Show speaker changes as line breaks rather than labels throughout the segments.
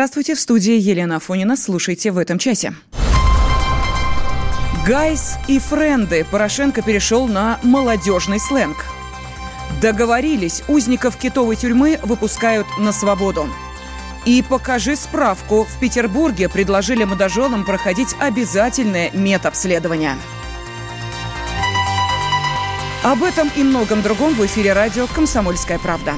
Здравствуйте, в студии Елена Афонина. Слушайте в этом часе. Гайс и френды. Порошенко перешел на молодежный сленг. Договорились, узников китовой тюрьмы выпускают на свободу. И покажи справку. В Петербурге предложили молодоженам проходить обязательное медобследование. Об этом и многом другом в эфире радио «Комсомольская правда».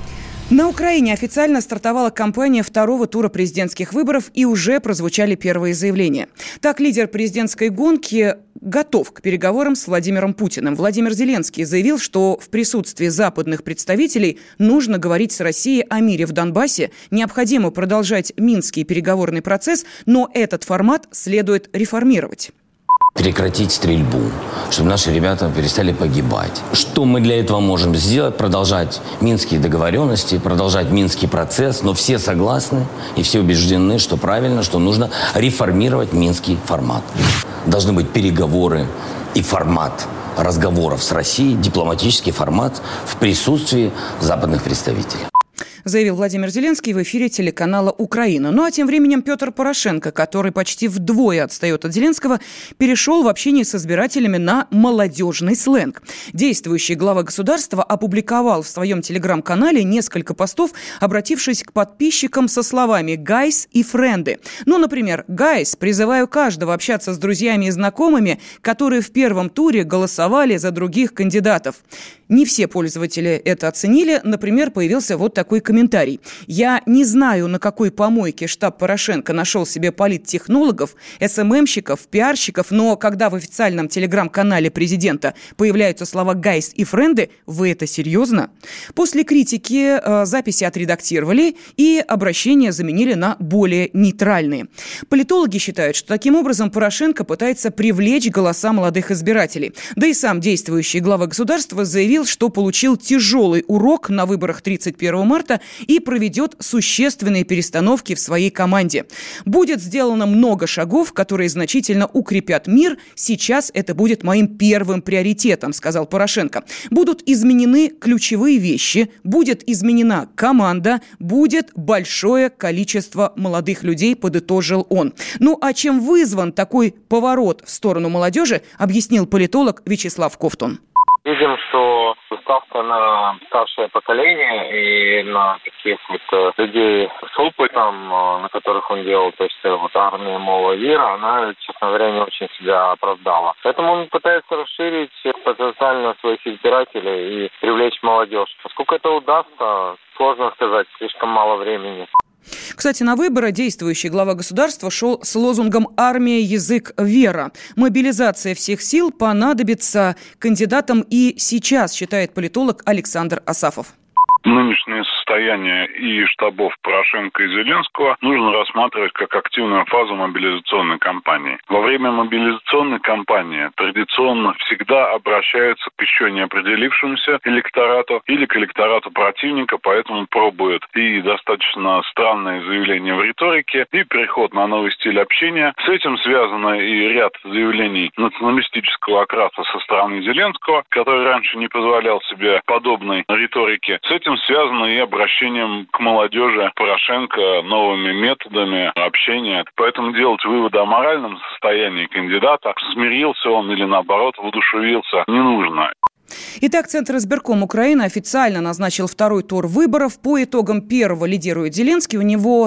На Украине официально стартовала кампания второго тура президентских выборов, и уже прозвучали первые заявления. Так, лидер президентской гонки готов к переговорам с Владимиром Путиным. Владимир Зеленский заявил, что в присутствии западных представителей нужно говорить с Россией о мире в Донбассе, необходимо продолжать Минский переговорный процесс, но этот формат следует реформировать.
Прекратить стрельбу, чтобы наши ребята перестали погибать. Что мы для этого можем сделать? Продолжать минские договоренности, продолжать минский процесс. Но все согласны и все убеждены, что правильно, что нужно реформировать минский формат. Должны быть переговоры и формат разговоров с Россией, дипломатический формат в присутствии западных представителей.
Заявил Владимир Зеленский в эфире телеканала «Украина». Ну а тем временем Петр Порошенко, который почти вдвое отстает от Зеленского, перешел в общении с избирателями на молодежный сленг. Действующий глава государства опубликовал в своем телеграм-канале несколько постов, обратившись к подписчикам со словами «Гайс» и «Френды». Ну, например, «Гайс, призываю каждого общаться с друзьями и знакомыми, которые в первом туре голосовали за других кандидатов». Не все пользователи это оценили. Например, появился вот такой комментарий. «Я не знаю, на какой помойке штаб Порошенко нашел себе политтехнологов, СММщиков, пиарщиков, но когда в официальном телеграм-канале президента появляются слова «Гайс» и «Френды», вы это серьезно?» После критики записи отредактировали и обращения заменили на более нейтральные. Политологи считают, что таким образом Порошенко пытается привлечь голоса молодых избирателей. Да и сам действующий глава государства заявил, что получил тяжелый урок на выборах 31 марта и проведет существенные перестановки в своей команде. Будет сделано много шагов, которые значительно укрепят мир. Сейчас это будет моим первым приоритетом, сказал Порошенко. Будут изменены ключевые вещи, будет изменена команда, будет большое количество молодых людей, подытожил он. Ну а чем вызван такой поворот в сторону молодежи, объяснил политолог Вячеслав Ковтун.
Видим, что ставка на старшее поколение и на таких вот людей с опытом, на которых он делал, то есть вот армия Мова Вира, она, честно говоря, не очень себя оправдала. Поэтому он пытается расширить потенциально своих избирателей и привлечь молодежь. Насколько это удастся, сложно сказать, слишком мало времени.
Кстати, на выборы действующий глава государства шел с лозунгом «Армия, язык, вера». Мобилизация всех сил понадобится кандидатам и сейчас, считает политолог Александр Асафов.
Нынешнее состояние и штабов Порошенко и Зеленского нужно рассматривать как активную фазу мобилизационной кампании. Во время мобилизационной кампании традиционно всегда обращаются к еще не определившемуся электорату или к электорату противника, поэтому пробуют и достаточно странные заявления в риторике, и переход на новый стиль общения. С этим связано и ряд заявлений националистического окраса со стороны Зеленского, который раньше не позволял себе подобной риторики. С этим связано и обращением к молодежи Порошенко новыми методами общения. Поэтому делать выводы о моральном состоянии кандидата, смирился он или наоборот воодушевился, не нужно.
Итак, Центр избирком Украины официально назначил второй тур выборов. По итогам первого лидирует Зеленский. У него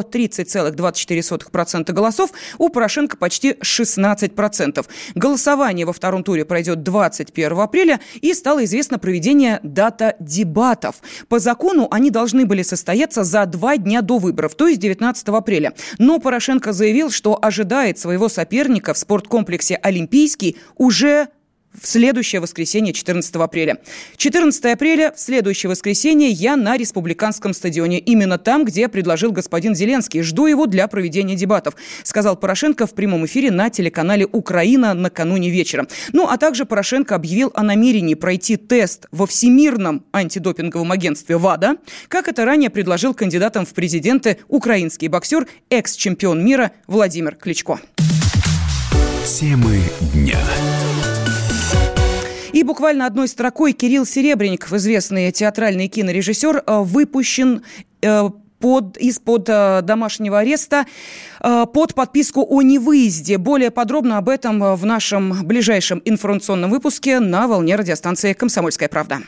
30,24% голосов, у Порошенко почти 16%. Голосование во втором туре пройдет 21 апреля, и стало известно проведение дата дебатов. По закону они должны были состояться за 2 дня до выборов, то есть 19 апреля. Но Порошенко заявил, что ожидает своего соперника в спорткомплексе «Олимпийский» уже в следующее воскресенье, 14 апреля. 14 апреля, в следующее воскресенье, я на Республиканском стадионе. Именно там, где предложил господин Зеленский. Жду его для проведения дебатов, сказал Порошенко в прямом эфире на телеканале «Украина» накануне вечера. Ну, а также Порошенко объявил о намерении пройти тест во Всемирном антидопинговом агентстве ВАДА, как это ранее предложил кандидатом в президенты украинский боксер, экс-чемпион мира Владимир Кличко.
Темы дня.
И буквально одной строкой Кирилл Серебренников, известный театральный кинорежиссер, выпущен из-под домашнего ареста под подписку о невыезде. Более подробно об этом в нашем ближайшем информационном выпуске на волне радиостанции «Комсомольская правда».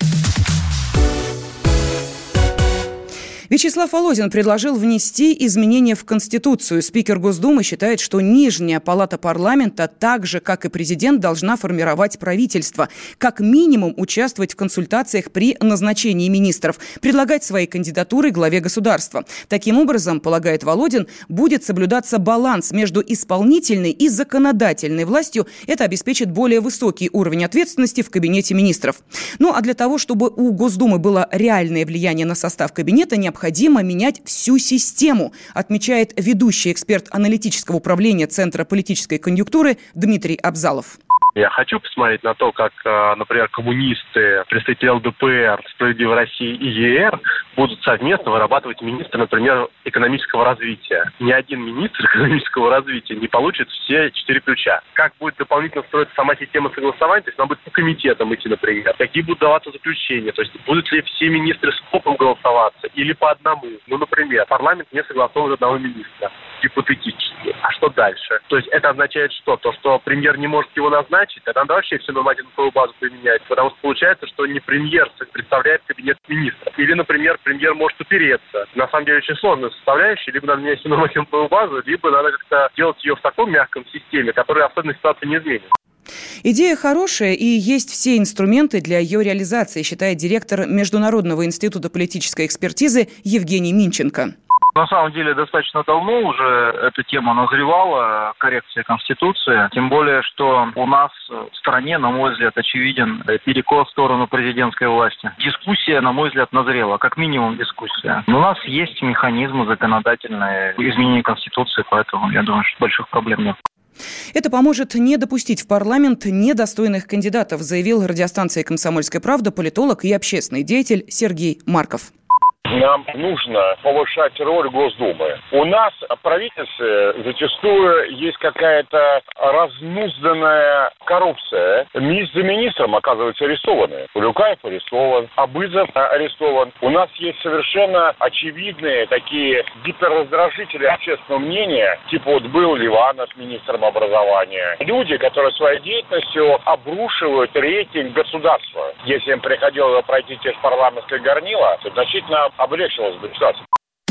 Вячеслав Володин предложил внести изменения в Конституцию. Спикер Госдумы считает, что Нижняя палата парламента, так же, как и президент, должна формировать правительство. Как минимум участвовать в консультациях при назначении министров, предлагать свои кандидатуры главе государства. Таким образом, полагает Володин, будет соблюдаться баланс между исполнительной и законодательной властью. Это обеспечит более высокий уровень ответственности в кабинете министров. Ну а для того, чтобы у Госдумы было реальное влияние на состав кабинета, необходимо менять всю систему, отмечает ведущий эксперт аналитического управления Центра политической конъюнктуры Дмитрий Абзалов.
Я хочу посмотреть на то, как, например, коммунисты, представители ЛДПР, «Справедливой России» и ЕР будут совместно вырабатывать министра, например, экономического развития. Ни один министр экономического развития не получит все 4 ключа. Как будет дополнительно строиться сама система согласования, то есть она будет по комитетам идти, например. Какие будут даваться заключения, то есть будут ли все министры скопом голосоваться или по одному. Ну, например, парламент не согласовывает одного министра. Гипотетически. А что дальше? То есть это означает что? То, что премьер не может его назначить, тогда надо вообще всю нормативную базу применять. Потому что получается, что не премьер представляет кабинет министров. Или, например, премьер может упереться. На самом деле очень сложная составляющая. Либо надо менять всю нормативную базу, либо надо как-то делать ее в таком мягком системе, которая особенно ситуацию не изменит.
Идея хорошая, и есть все инструменты для ее реализации, считает директор Международного института политической экспертизы Евгений Минченко.
На самом деле, достаточно давно уже эта тема назревала, коррекция Конституции. Тем более, что у нас в стране, на мой взгляд, очевиден перекос в сторону президентской власти. Дискуссия, на мой взгляд, назрела. Как минимум дискуссия. Но у нас есть механизмы законодательные изменения Конституции, поэтому я думаю, что больших проблем нет.
Это поможет не допустить в парламент недостойных кандидатов, заявил радиостанции «Комсомольская правда» политолог и общественный деятель Сергей Марков.
Нам нужно повышать роль Госдумы. У нас в правительстве зачастую есть какая-то разнузданная коррупция. Министр за министром оказывается арестованы. Улюкаев арестован, Абызов арестован. У нас есть совершенно очевидные такие гиперраздражители общественного мнения, типа вот был Ливанов министром образования. Люди, которые своей деятельностью обрушивают рейтинг государства. Если им приходилось пройти через парламентское горнило, то значительно облегчилась бы ситуация.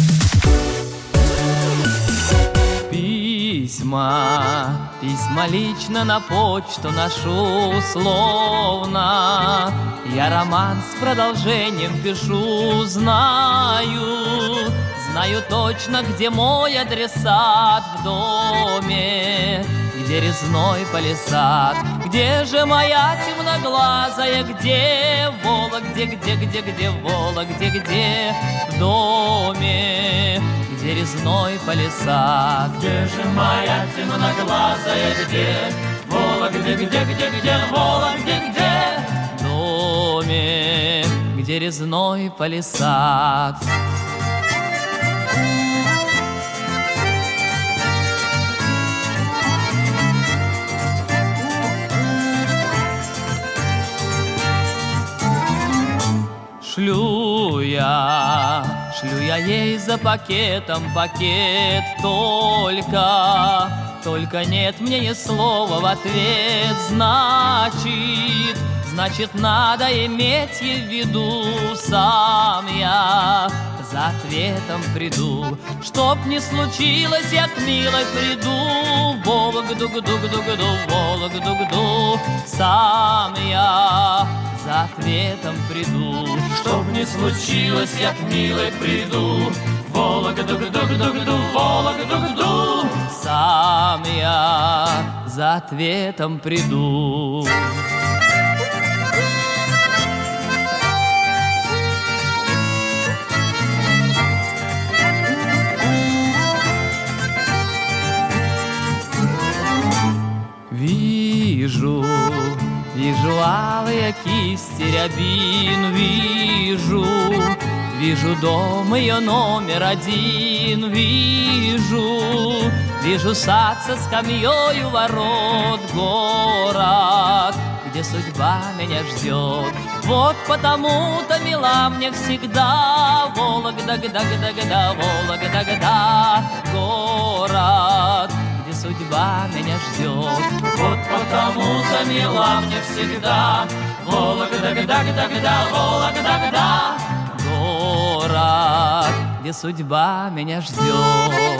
Письма лично на почту ношу условно. Я роман с продолжением пишу, знаю точно, где мой адресат в доме, где резной палисад, где же моя темноглазая, где Вола, где Вола, где в доме, где резной палисад, где же моя темноглазая, где Вола, где Вола, где в доме, где резной палисад. Шлю я ей за пакетом пакет только нет мне ни слова в ответ, значит надо иметь ей в виду, сам я за ответом приду, чтоб не случилось, я к милой приду, Вологду-гду-гду-гду, Вологду-гду, сам я за ответом приду, чтоб не случилось, я к милой приду, Вологду-гду-гду-гду, Вологду-гду, сам я за ответом приду. Вижу алые кисти рябин, вижу дом ее номер один, вижу сад со скамьей у ворот, город, где судьба меня ждет. Вот потому-то мила мне всегда Вологда-гда-гда-гда, Вологда-гда, город, где судьба меня ждет. Вот потому-то мила мне всегда Вологда-гда-гда-гда, Вологда-гда, город, где судьба меня ждет.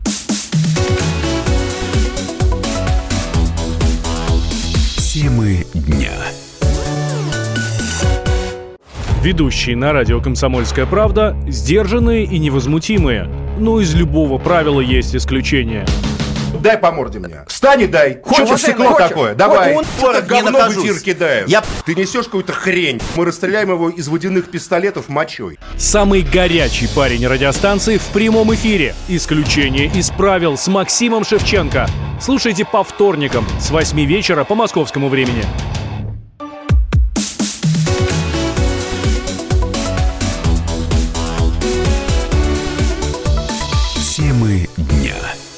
Темы дня.
Ведущие на радио «Комсомольская правда» сдержанные и невозмутимые. Но из любого правила есть исключение.
Дай по морде мне. Встань и дай. Хочешь стекло такое? Давай. Это говно в эфир кидаем. Ты несешь какую-то хрень. Мы расстреляем его из водяных пистолетов мочой.
Самый горячий парень радиостанции в прямом эфире. Исключение из правил с Максимом Шевченко. Слушайте по вторникам с 8 вечера по московскому времени.
Темы дня.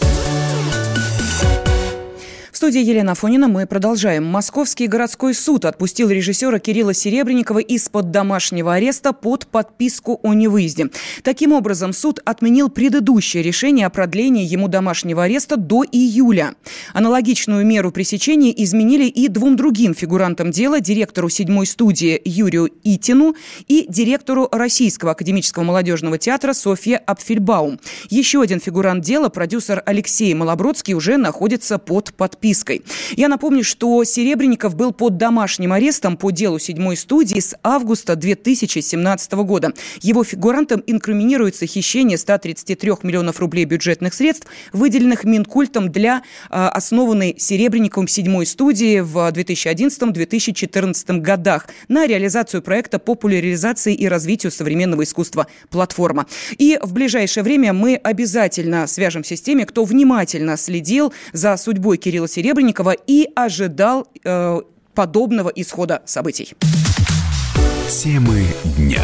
В студии Елена Афонина мы продолжаем. Московский городской суд отпустил режиссера Кирилла Серебренникова из-под домашнего ареста под подписку о невыезде. Таким образом, суд отменил предыдущее решение о продлении ему домашнего ареста до июля. Аналогичную меру пресечения изменили и двум другим фигурантам дела: директору 7-й студии Юрию Итину и директору Российского академического молодежного театра Софье Апфельбаум. Еще один фигурант дела, продюсер Алексей Малобродский, уже находится под подпиской. Я напомню, что Серебренников был под домашним арестом по делу 7-й студии с августа 2017 года. Его фигурантам инкриминируется хищение 133 миллионов рублей бюджетных средств, выделенных Минкультом для основанной Серебренниковым 7-й студии в 2011-2014 годах на реализацию проекта популяризации и развитию современного искусства «Платформа». И в ближайшее время мы обязательно свяжемся с теми, кто внимательно следил за судьбой Кирилла Серебренникова и ожидал подобного исхода событий.
Темы дня.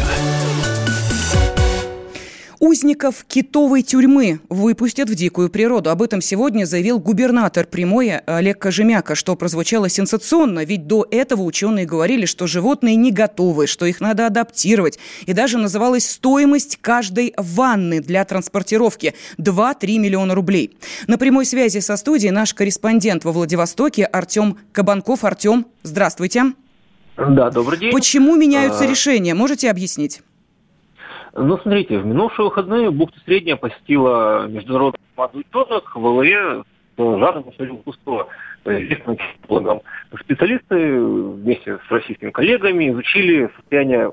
Узников китовой тюрьмы выпустят в дикую природу. Об этом сегодня заявил губернатор Приморья Олег Кожемяка, что прозвучало сенсационно, ведь до этого ученые говорили, что животные не готовы, что их надо адаптировать. И даже называлась стоимость каждой ванны для транспортировки – 2-3 миллиона рублей. На прямой связи со студией наш корреспондент во Владивостоке Артем Кабанков. Артем, здравствуйте.
Да, добрый день.
Почему меняются решения? Можете объяснить?
Ну, смотрите, в минувшие выходные бухту Средняя посетила международную команду ученых во главе с Жаном Кусто, известным психологом. Специалисты вместе с российскими коллегами изучили состояние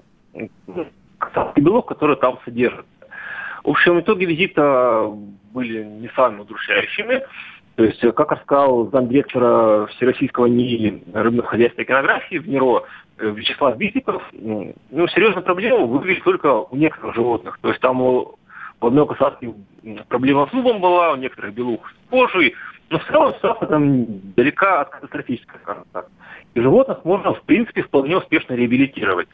белков, которые там содержатся. В общем, итоги визита были не самыми удручающими. То есть, как рассказал замдиректора Всероссийского НИИ рыбного хозяйства и океанографии в НИРО Вячеслав Битиков, серьезная проблема выявили только у некоторых животных. То есть там у одной касатки проблема с зубом была, у некоторых белух с кожей, но в целом ситуация там далека от катастрофической, скажем так. И животных можно, в принципе, вполне успешно реабилитировать.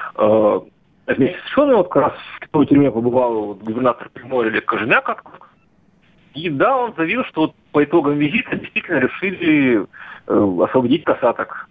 Вместе с учеными, вот как раз в той тюрьме побывал губернатор Приморья Олег Кожемяка. И да, он заявил, что вот по итогам визита действительно решили освободить касаток.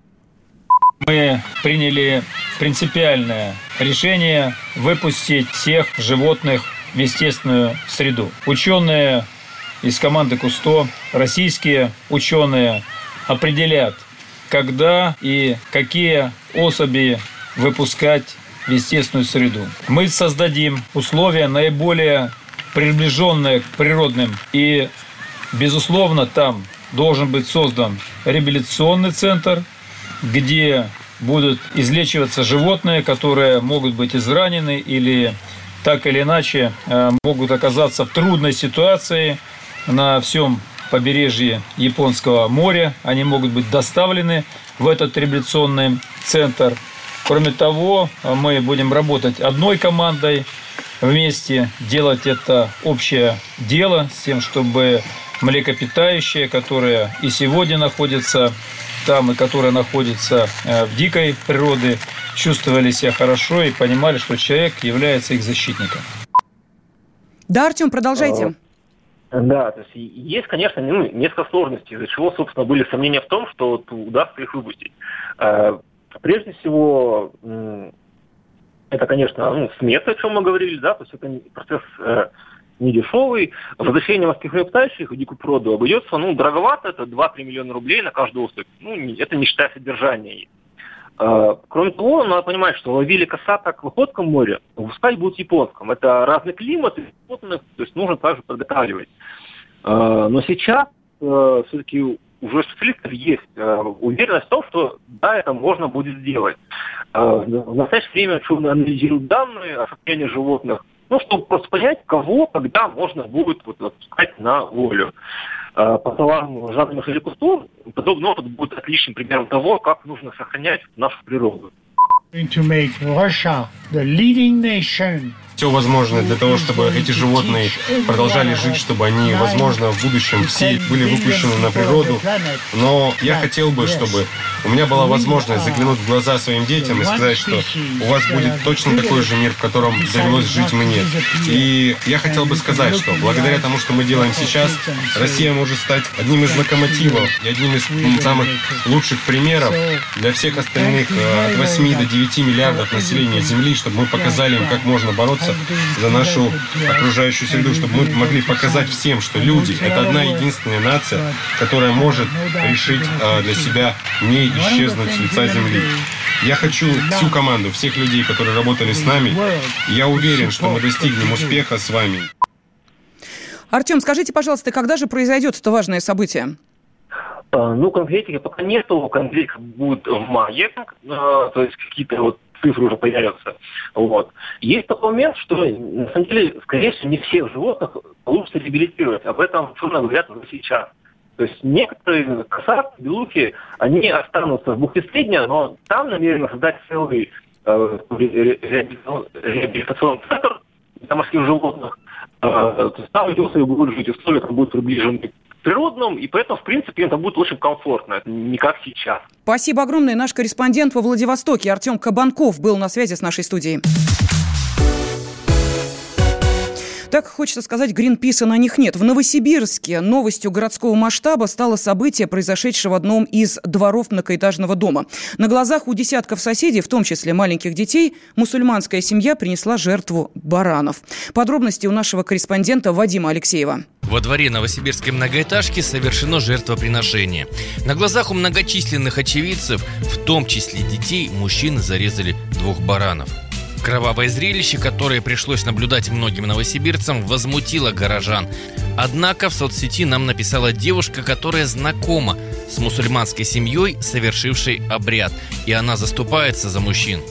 Мы приняли принципиальное решение выпустить всех животных в естественную среду. Ученые из команды Кусто, российские ученые определят, когда и какие особи выпускать в естественную среду. Мы создадим условия наиболее приближенные к природным, и, безусловно, там должен быть создан реабилитационный центр, где будут излечиваться животные, которые могут быть изранены или так или иначе могут оказаться в трудной ситуации на всем побережье Японского моря. Они могут быть доставлены в этот реабилитационный центр. Кроме того, мы будем работать одной командой, вместе делать это общее дело с тем, чтобы млекопитающие, которые и сегодня находятся там и которые находятся в дикой природе, чувствовали себя хорошо и понимали, что человек является их защитником.
Да, Артем, продолжайте.
Да, то есть есть, конечно, несколько сложностей, из-за чего, собственно, были сомнения в том, что удастся их выпустить. Прежде всего, это, конечно, сметы, о чем мы говорили, да, то есть это процесс не дешевый. Возвращение морских млекопитающих в дикую природу обойдется, дороговато, это 2-3 миллиона рублей на каждую особь. Это не считая содержания. Кроме того, надо понимать, что ловили касаток в Охотском море, выпускать будут в Японском. Это разный климат, то есть нужно также подготавливать. Но сейчас все-таки уже у специалистов есть уверенность в том, что да, это можно будет сделать. В настоящее время ученые анализируют данные о состоянии животных, чтобы просто понять, кого, когда можно будет отпускать на волю. По словам Жанны Михаила Кусто, подобный опыт будет отличным примером того, как нужно сохранять нашу природу.
Все возможное для того, чтобы эти животные продолжали жить, чтобы они, возможно, в будущем все были выпущены на природу. Но я хотел бы, чтобы у меня была возможность заглянуть в глаза своим детям и сказать, что у вас будет точно такой же мир, в котором довелось жить мне. И я хотел бы сказать, что благодаря тому, что мы делаем сейчас, Россия может стать одним из локомотивов и одним из самых лучших примеров для всех остальных от 8 до 9 миллиардов населения Земли, чтобы мы показали им, как можно бороться за нашу окружающую среду, чтобы мы могли показать всем, что люди — это одна единственная нация, которая может решить для себя не исчезнуть с лица земли. Я хочу всю команду, всех людей, которые работали с нами, я уверен, что мы достигнем успеха с вами.
Артем, скажите, пожалуйста, когда же произойдет это важное событие?
Конкретики пока нету, конкретика будет в мае, то есть какие-то цифры уже появятся. Есть такой момент, что, на самом деле, скорее всего, не всех животных получится реабилитировать. Об этом ученые говорят уже сейчас. То есть некоторые касатки, белухи, они останутся в бухте Средняя, но там намерены создать целый реабилитационный центр для морских животных. То есть там эти особи будут жить, условия будут приближены к природным, и поэтому, в принципе, это будет очень комфортно. Это не как сейчас.
Спасибо огромное. Наш корреспондент во Владивостоке Артем Кабанков был на связи с нашей студией. Так хочется сказать, Гринписа на них нет. В Новосибирске новостью городского масштаба стало событие, произошедшее в одном из дворов многоэтажного дома. На глазах у десятков соседей, в том числе маленьких детей, мусульманская семья принесла жертву баранов. Подробности у нашего корреспондента Вадима Алексеева.
Во дворе новосибирской многоэтажки совершено жертвоприношение. На глазах у многочисленных очевидцев, в том числе детей, мужчины зарезали 2 баранов. Кровавое зрелище, которое пришлось наблюдать многим новосибирцам, возмутило горожан. Однако в соцсети нам написала девушка, которая знакома с мусульманской семьей, совершившей обряд, и она заступается за мужчин.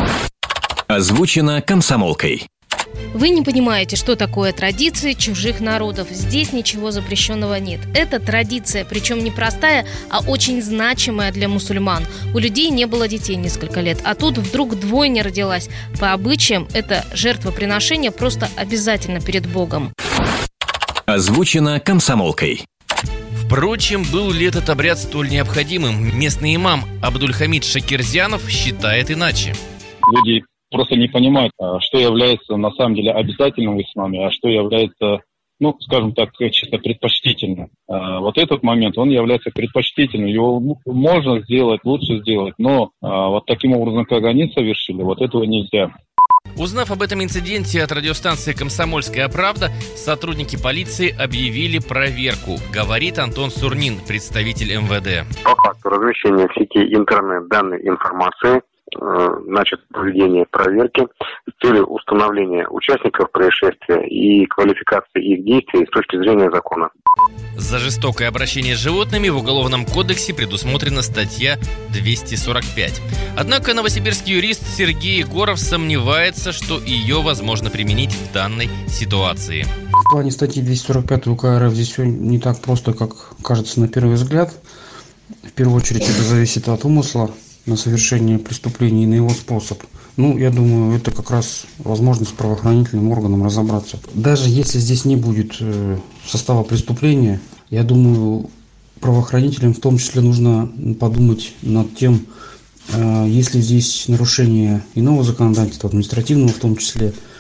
Озвучено «Комсомолкой».
Вы не понимаете, что такое традиции чужих народов. Здесь ничего запрещенного нет. Это традиция, причем не простая, а очень значимая для мусульман. У людей не было детей несколько лет, а тут вдруг двойня родилась. По обычаям это жертвоприношение просто обязательно перед Богом.
Озвучено «Комсомолкой».
Впрочем, был ли этот обряд столь необходимым? Местный имам Абдульхамид Шакирзянов считает иначе.
Люди просто не понимают, что является на самом деле обязательным в исламе, а что является, скажем так, чисто предпочтительным. Вот этот момент, он является предпочтительным. Его можно сделать, лучше сделать, но вот таким образом, как они совершили, вот этого нельзя.
Узнав об этом инциденте от радиостанции «Комсомольская правда», сотрудники полиции объявили проверку, говорит Антон Сурнин, представитель МВД.
По факту размещения в сети интернет данной информации начато проведение проверки с целью установления участников происшествия и квалификации их действий с точки зрения закона.
За жестокое обращение с животными в Уголовном кодексе предусмотрена статья 245. Однако новосибирский юрист Сергей Егоров сомневается, что ее возможно применить в данной ситуации.
В плане статьи 245 УК РФ здесь все не так просто, как кажется на первый взгляд. В первую очередь это зависит от умысла на совершение преступления и на его способ. Я думаю, это как раз возможность правоохранительным органам разобраться. Даже если здесь не будет состава преступления, я думаю, правоохранителям в том числе нужно подумать над тем, есть ли здесь нарушение иного законодательства, административного в том числе,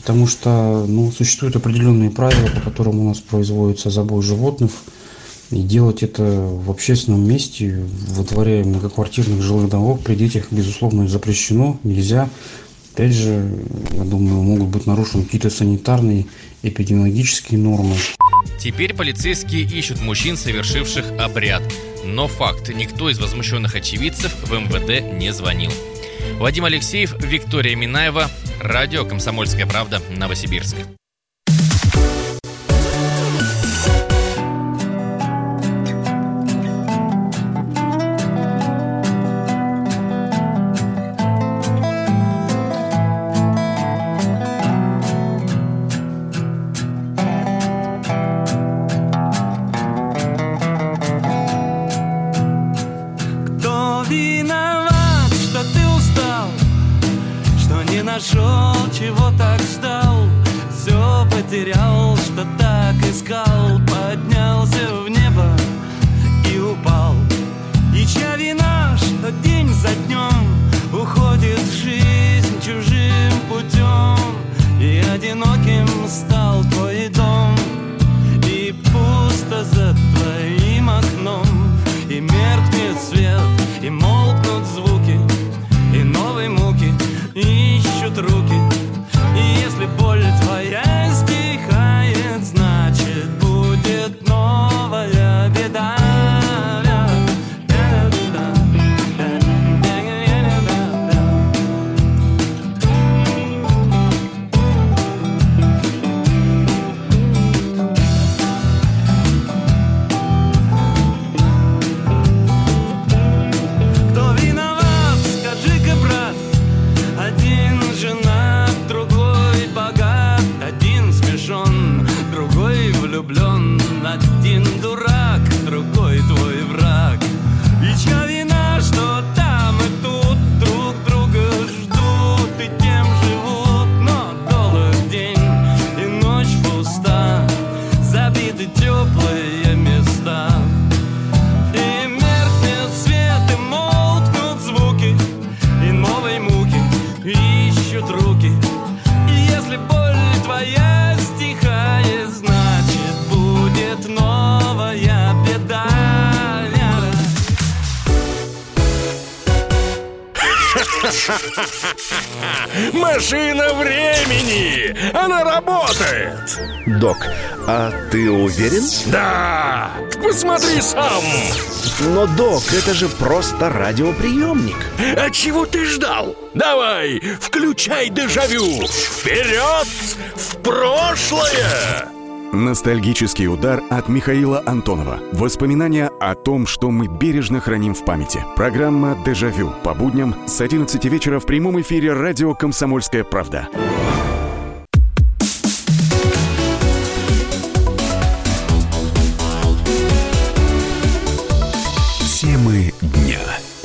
потому что существуют определенные правила, по которым у нас производится забой животных, и делать это в общественном месте, во дворе многоквартирных жилых домов при детях, безусловно, запрещено, нельзя. Опять же, я думаю, могут быть нарушены какие-то санитарные, эпидемиологические нормы.
Теперь полицейские ищут мужчин, совершивших обряд. Но факт: никто из возмущенных очевидцев в МВД не звонил. Вадим Алексеев, Виктория Минаева, радио «Комсомольская правда», Новосибирск.
Нашел, чего так ждал, все потерял, что так искал, поднялся в небо и упал. И чья вина, что день за днем уходит жизнь чужим путем, и одиноким стал твой дом, и пусто за твоим окном, и меркнет свет, и молкнут звуки, и новые муки ищут руки. И если боль твоя стихает, значит будет новая беда. Один дурак, другой твой враг. И чья вина, что там и тут друг друга ждут и тем живут, но долг день и ночь пуста, забиты теплые места. И меркнет свет, и молкнут звуки, и новые муки ищут руки. И если боль твоя стихает, значит будет новая беда.
Машина времени! Она работает!
Док, а ты уверен?
Да! Посмотри сам!
Но, док, это же просто радиоприемник.
А чего ты ждал? Давай, включай дежавю! Вперед! В прошлое!
Ностальгический удар от Михаила Антонова. Воспоминания о том, что мы бережно храним в памяти. Программа «Дежавю» по будням с 11 вечера в прямом эфире радио «Комсомольская правда». Темы дня.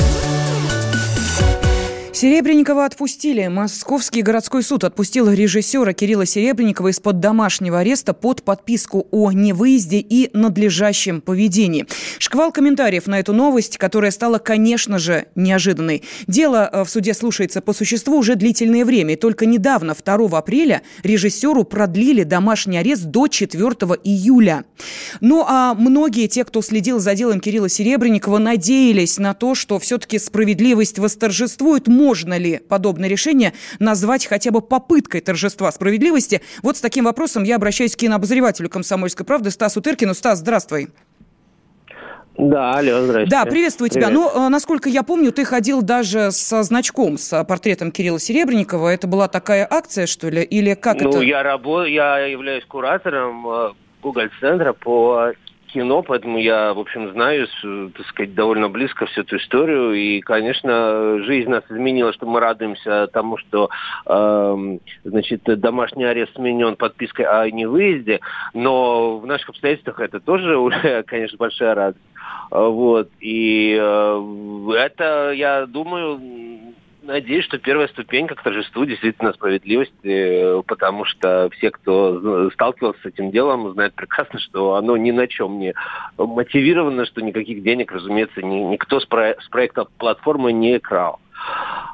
Серебренникова отпустили. Московский городской суд отпустил режиссера Кирилла Серебренникова из-под домашнего ареста под подписку о невыезде и надлежащем поведении. Шквал комментариев на эту новость, которая стала, конечно же, неожиданной. Дело в суде слушается по существу уже длительное время. И только недавно, 2 апреля, режиссеру продлили домашний арест до 4 июля. Ну а многие, те, кто следил за делом Кирилла Серебренникова, надеялись на то, что все-таки справедливость восторжествует. Можно ли подобное решение назвать хотя бы попыткой торжества справедливости? Вот с таким вопросом я обращаюсь к кинообозревателю «Комсомольской правды» Стасу Тыркину. Стас, здравствуй.
Да, алло, здрасте.
Да, приветствую тебя. Ну, насколько я помню, ты ходил даже со значком, с портретом Кирилла Серебренникова. Это была такая акция, что ли? Или как это?
Ну, я являюсь куратором Google-центра по кино, поэтому я, в общем, знаю, так сказать, довольно близко всю эту историю. И, конечно, жизнь нас изменила, что мы радуемся тому, что, значит, домашний арест сменен подпиской о невыезде. Но в наших обстоятельствах это тоже уже, конечно, большая радость. Вот. И это, я думаю, надеюсь, что первая ступенька к торжеству действительно справедливости, потому что все, кто сталкивался с этим делом, знают прекрасно, что оно ни на чем не мотивировано, что никаких денег, разумеется, никто с проекта платформы не крал.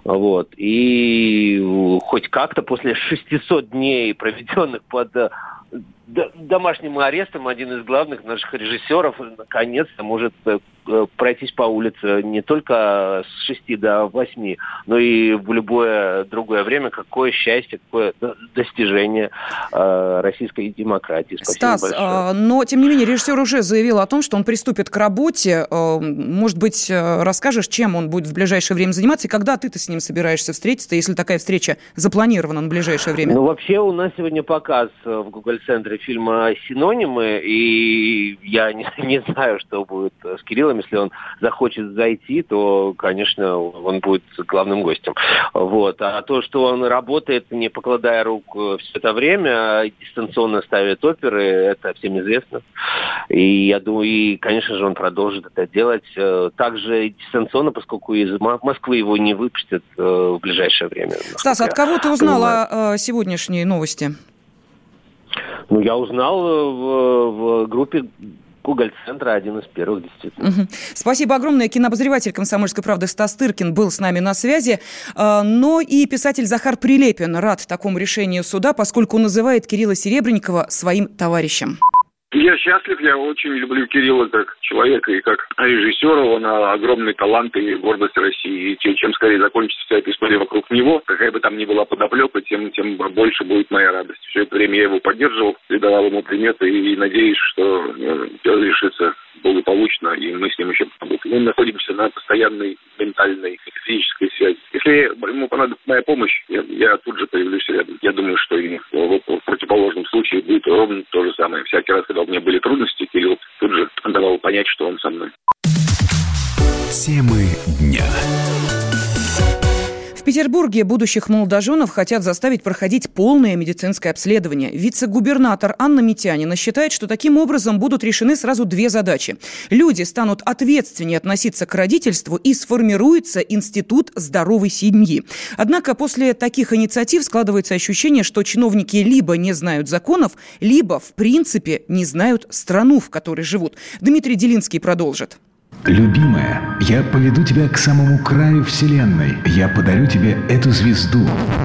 Вот. И хоть как-то после 600 дней, проведенных под домашним арестом, один из главных наших режиссеров наконец-то может пройтись по улице не только с 6 до 8, но и в любое другое время. Какое счастье, какое достижение российской демократии. Спасибо большое.
Но, тем не менее, режиссер уже заявил о том, что он приступит к работе. Может быть, расскажешь, чем он будет в ближайшее время заниматься, и когда ты с ним собираешься встретиться, если такая встреча запланирована на ближайшее время?
Ну, вообще, у нас сегодня показ в Google-центре фильма «Синонимы», и я не знаю, что будет с Кириллом. Если он захочет зайти, то, конечно, он будет главным гостем. Вот. А то, что он работает, не покладая рук все это время, дистанционно ставит оперы, это всем известно. И я думаю, и, конечно же, он продолжит это делать также дистанционно, поскольку из Москвы его не выпустят в ближайшее время.
Стас, от кого ты узнал о сегодняшней новости?
Ну, я узнал в группе Google-центра, один из первых, действительно.
Угу. Спасибо огромное. Кинообозреватель «Комсомольской правды» Стас Тыркин был с нами на связи. Но и писатель Захар Прилепин рад такому решению суда, поскольку называет Кирилла Серебренникова своим товарищем.
Я счастлив, я очень люблю Кирилла как человека и как режиссера. Он огромный талант и гордость России. И чем скорее закончится вся эта история вокруг него, какая бы там ни была подоплека, тем больше будет моя радость. Все это время я его поддерживал, передавал ему приметы и надеюсь, что все решится благополучно, и мы с ним еще поработаем. Мы находимся на постоянной ментальной и физической связи. Если ему понадобится моя помощь, я тут же появлюсь рядом. Я думаю, что и в противоположном случае будет ровно то же самое. Всякий раз, когда у меня были трудности, Кирилл тут же давал понять, что он со мной.
Темы дня.
В Петербурге будущих молодоженов хотят заставить проходить полное медицинское обследование. Вице-губернатор Анна Митянина считает, что таким образом будут решены сразу две задачи. Люди станут ответственнее относиться к родительству и сформируется институт здоровой семьи. Однако после таких инициатив складывается ощущение, что чиновники либо не знают законов, либо в принципе не знают страну, в которой живут. Дмитрий Делинский продолжит.
Любимая, я поведу тебя к самому краю вселенной. Я подарю тебе эту звезду.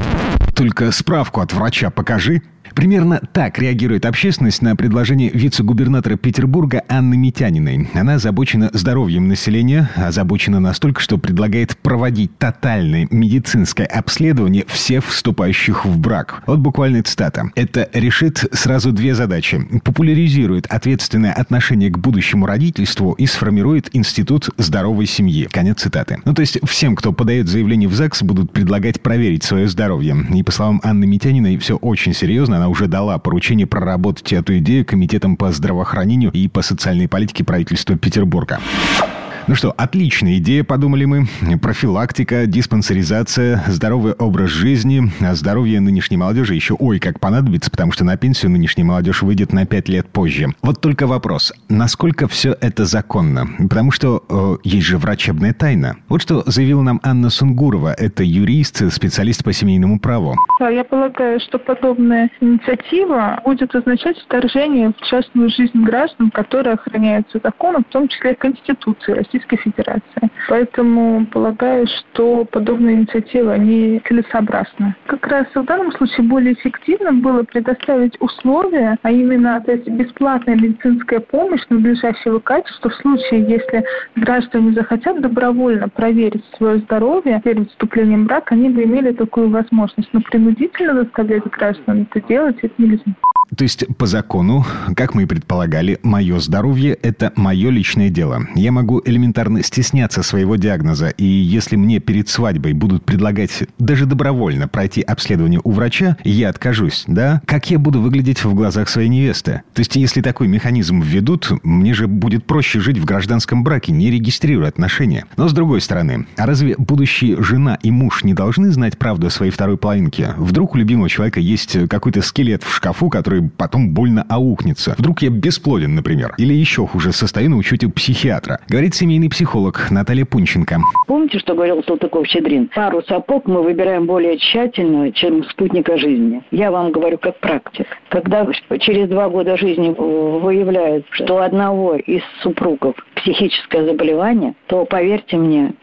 Только справку от врача покажи. Примерно так реагирует общественность на предложение вице-губернатора Петербурга Анны Митяниной. Она озабочена здоровьем населения, озабочена настолько, что предлагает проводить тотальное медицинское обследование всех вступающих в брак. Вот буквально цитата. Это решит сразу две задачи. Популяризирует ответственное отношение к будущему родительству и сформирует институт здоровой семьи. Конец цитаты. Ну, то есть всем, кто подает заявление в ЗАГС, будут предлагать проверить свое здоровье. И по словам Анны Митяниной, все очень серьезно. Она уже дала поручение проработать эту идею комитетам по здравоохранению и по социальной политике правительства Петербурга. Ну что, отличная идея, подумали мы. Профилактика, диспансеризация, здоровый образ жизни, а здоровье нынешней молодежи еще как понадобится, потому что на пенсию нынешняя молодежь выйдет на 5 лет позже. Вот только вопрос, насколько все это законно? Потому что есть же врачебная тайна. Вот что заявила нам Анна Сунгурова. Это юрист, специалист по семейному праву.
Да, я полагаю, что подобная инициатива будет означать вторжение в частную жизнь граждан, которые охраняются законом, в том числе Конституцией Российской Федерации. Поэтому полагаю, что подобные инициативы, они целесообразны. Как раз в данном случае более эффективным было предоставить условия, а именно бесплатная медицинская помощь надлежащего качества в случае, если граждане захотят добровольно проверить свое здоровье перед вступлением в брак, они бы имели такую возможность. Но принудительно заставлять граждан это делать, это нельзя.
То есть, по закону, как мы и предполагали, мое здоровье – это мое личное дело. Я могу элементарно стесняться своего диагноза, и если мне перед свадьбой будут предлагать даже добровольно пройти обследование у врача, я откажусь, да? Как я буду выглядеть в глазах своей невесты? То есть, если такой механизм введут, мне же будет проще жить в гражданском браке, не регистрируя отношения. Но с другой стороны, а разве будущие жена и муж не должны знать правду о своей второй половинке? Вдруг у любимого человека есть какой-то скелет в шкафу, который потом больно аукнется. Вдруг я бесплоден, например. Или еще хуже, состою на учете у психиатра. Говорит семейный психолог Наталья Пунченко.
Помните, что говорил Салтыков-Щедрин? Пару сапог мы выбираем более тщательно, чем спутника жизни. Я вам говорю как практик. Когда через 2 года жизни выявляют, что у одного из супругов психическое заболевание, то, поверьте мне,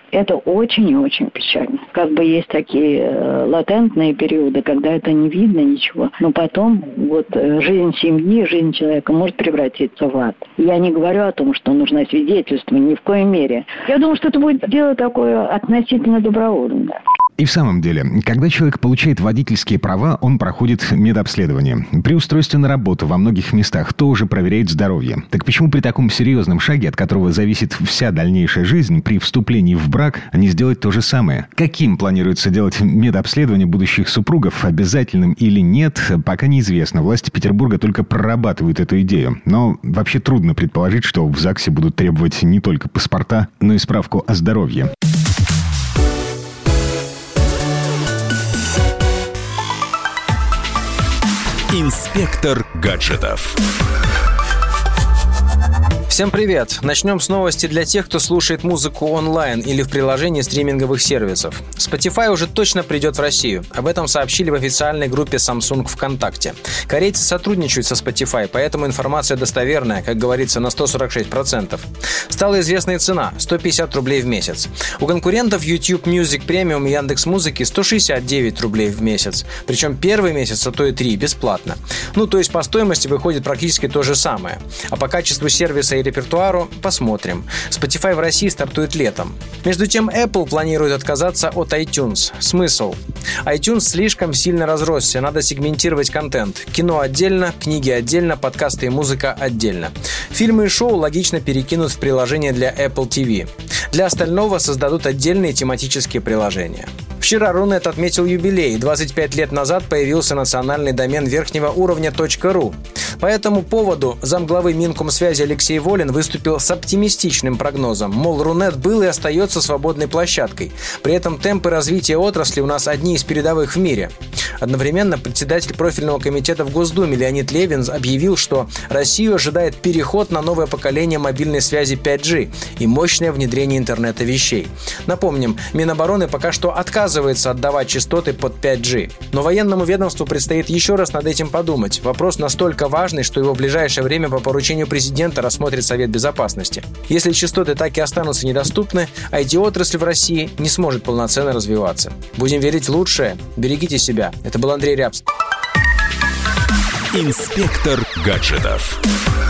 Это очень и очень печально. Как бы есть такие латентные периоды, когда это не видно ничего, но потом вот жизнь семьи, жизнь человека может превратиться в ад. Я не говорю о том, что нужно свидетельствовать, ни в коей мере. Я думаю, что это будет дело такое относительно добровольное.
И в самом деле, когда человек получает водительские права, он проходит медобследование. При устройстве на работу во многих местах тоже проверяют здоровье. Так почему при таком серьезном шаге, от которого зависит вся дальнейшая жизнь, при вступлении в брак, не сделать то же самое? Каким планируется делать медобследование будущих супругов, обязательным или нет, пока неизвестно. Власти Петербурга только прорабатывают эту идею. Но вообще трудно предположить, что в ЗАГСе будут требовать не только паспорта, но и справку о здоровье.
Инспектор гаджетов.
Всем привет! Начнем с новости для тех, кто слушает музыку онлайн или в приложении стриминговых сервисов. Spotify уже точно придет в Россию. Об этом сообщили в официальной группе Samsung ВКонтакте. Корейцы сотрудничают со Spotify, поэтому информация достоверная, как говорится, на 146%. Стала известна и цена – 150 рублей в месяц. У конкурентов YouTube Music Premium и Яндекс.Музыки 169 рублей в месяц. Причем первый месяц, а то и 3, бесплатно. То есть по стоимости выходит практически то же самое. А по качеству сервиса и репертуару посмотрим. Spotify в России стартует летом. Между тем, Apple планирует отказаться от iTunes. Смысл? iTunes слишком сильно разросся, надо сегментировать контент. Кино отдельно, книги отдельно, подкасты и музыка отдельно. Фильмы и шоу логично перекинут в приложение для Apple TV. Для остального создадут отдельные тематические приложения. Вчера Рунет отметил юбилей. 25 лет назад появился национальный домен верхнего уровня .ру. По этому поводу замглавы Минкомсвязи Алексей Волин выступил с оптимистичным прогнозом. Мол, Рунет был и остается свободной площадкой. При этом темпы развития отрасли у нас одни из передовых в мире. Одновременно председатель профильного комитета в Госдуме Леонид Левин объявил, что Россию ожидает переход на новое поколение мобильной связи 5G и мощное внедрение интернета вещей. Напомним, Минобороны пока что отказывается отдавать частоты под 5G. Но военному ведомству предстоит еще раз над этим подумать. Вопрос настолько важный, что его в ближайшее время по поручению президента рассмотрит Совет Безопасности. Если частоты так и останутся недоступны, IT-отрасль в России не сможет полноценно развиваться. Будем верить в лучшее. Берегите себя. Это был Андрей Рябс.
Инспектор гаджетов.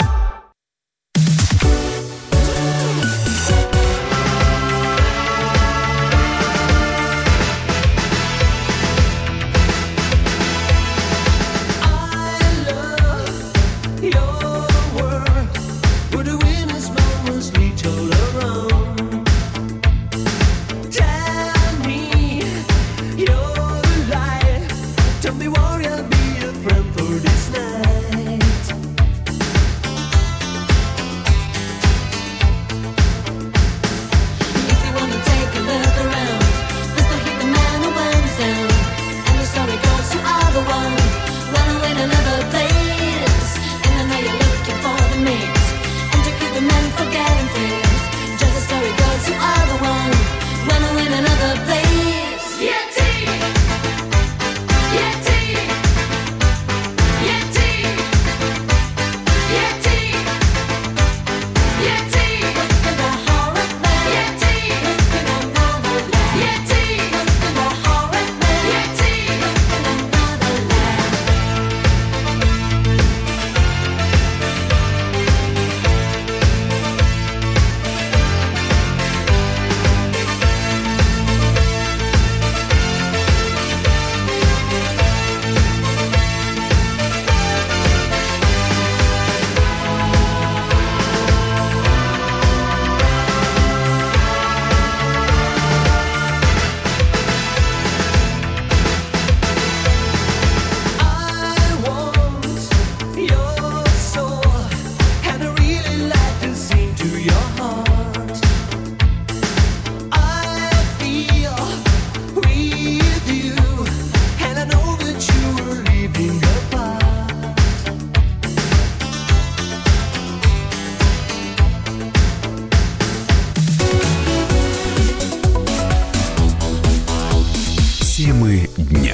Темы дня.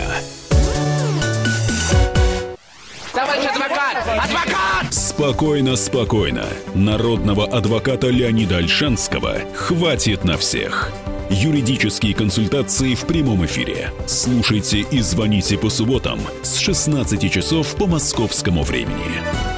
Товарищ адвокат! Адвокат!
Спокойно, спокойно. Народного адвоката Леонида Ольшанского хватит на всех.
Юридические консультации в прямом эфире. Слушайте и звоните по субботам с 16 часов по московскому времени.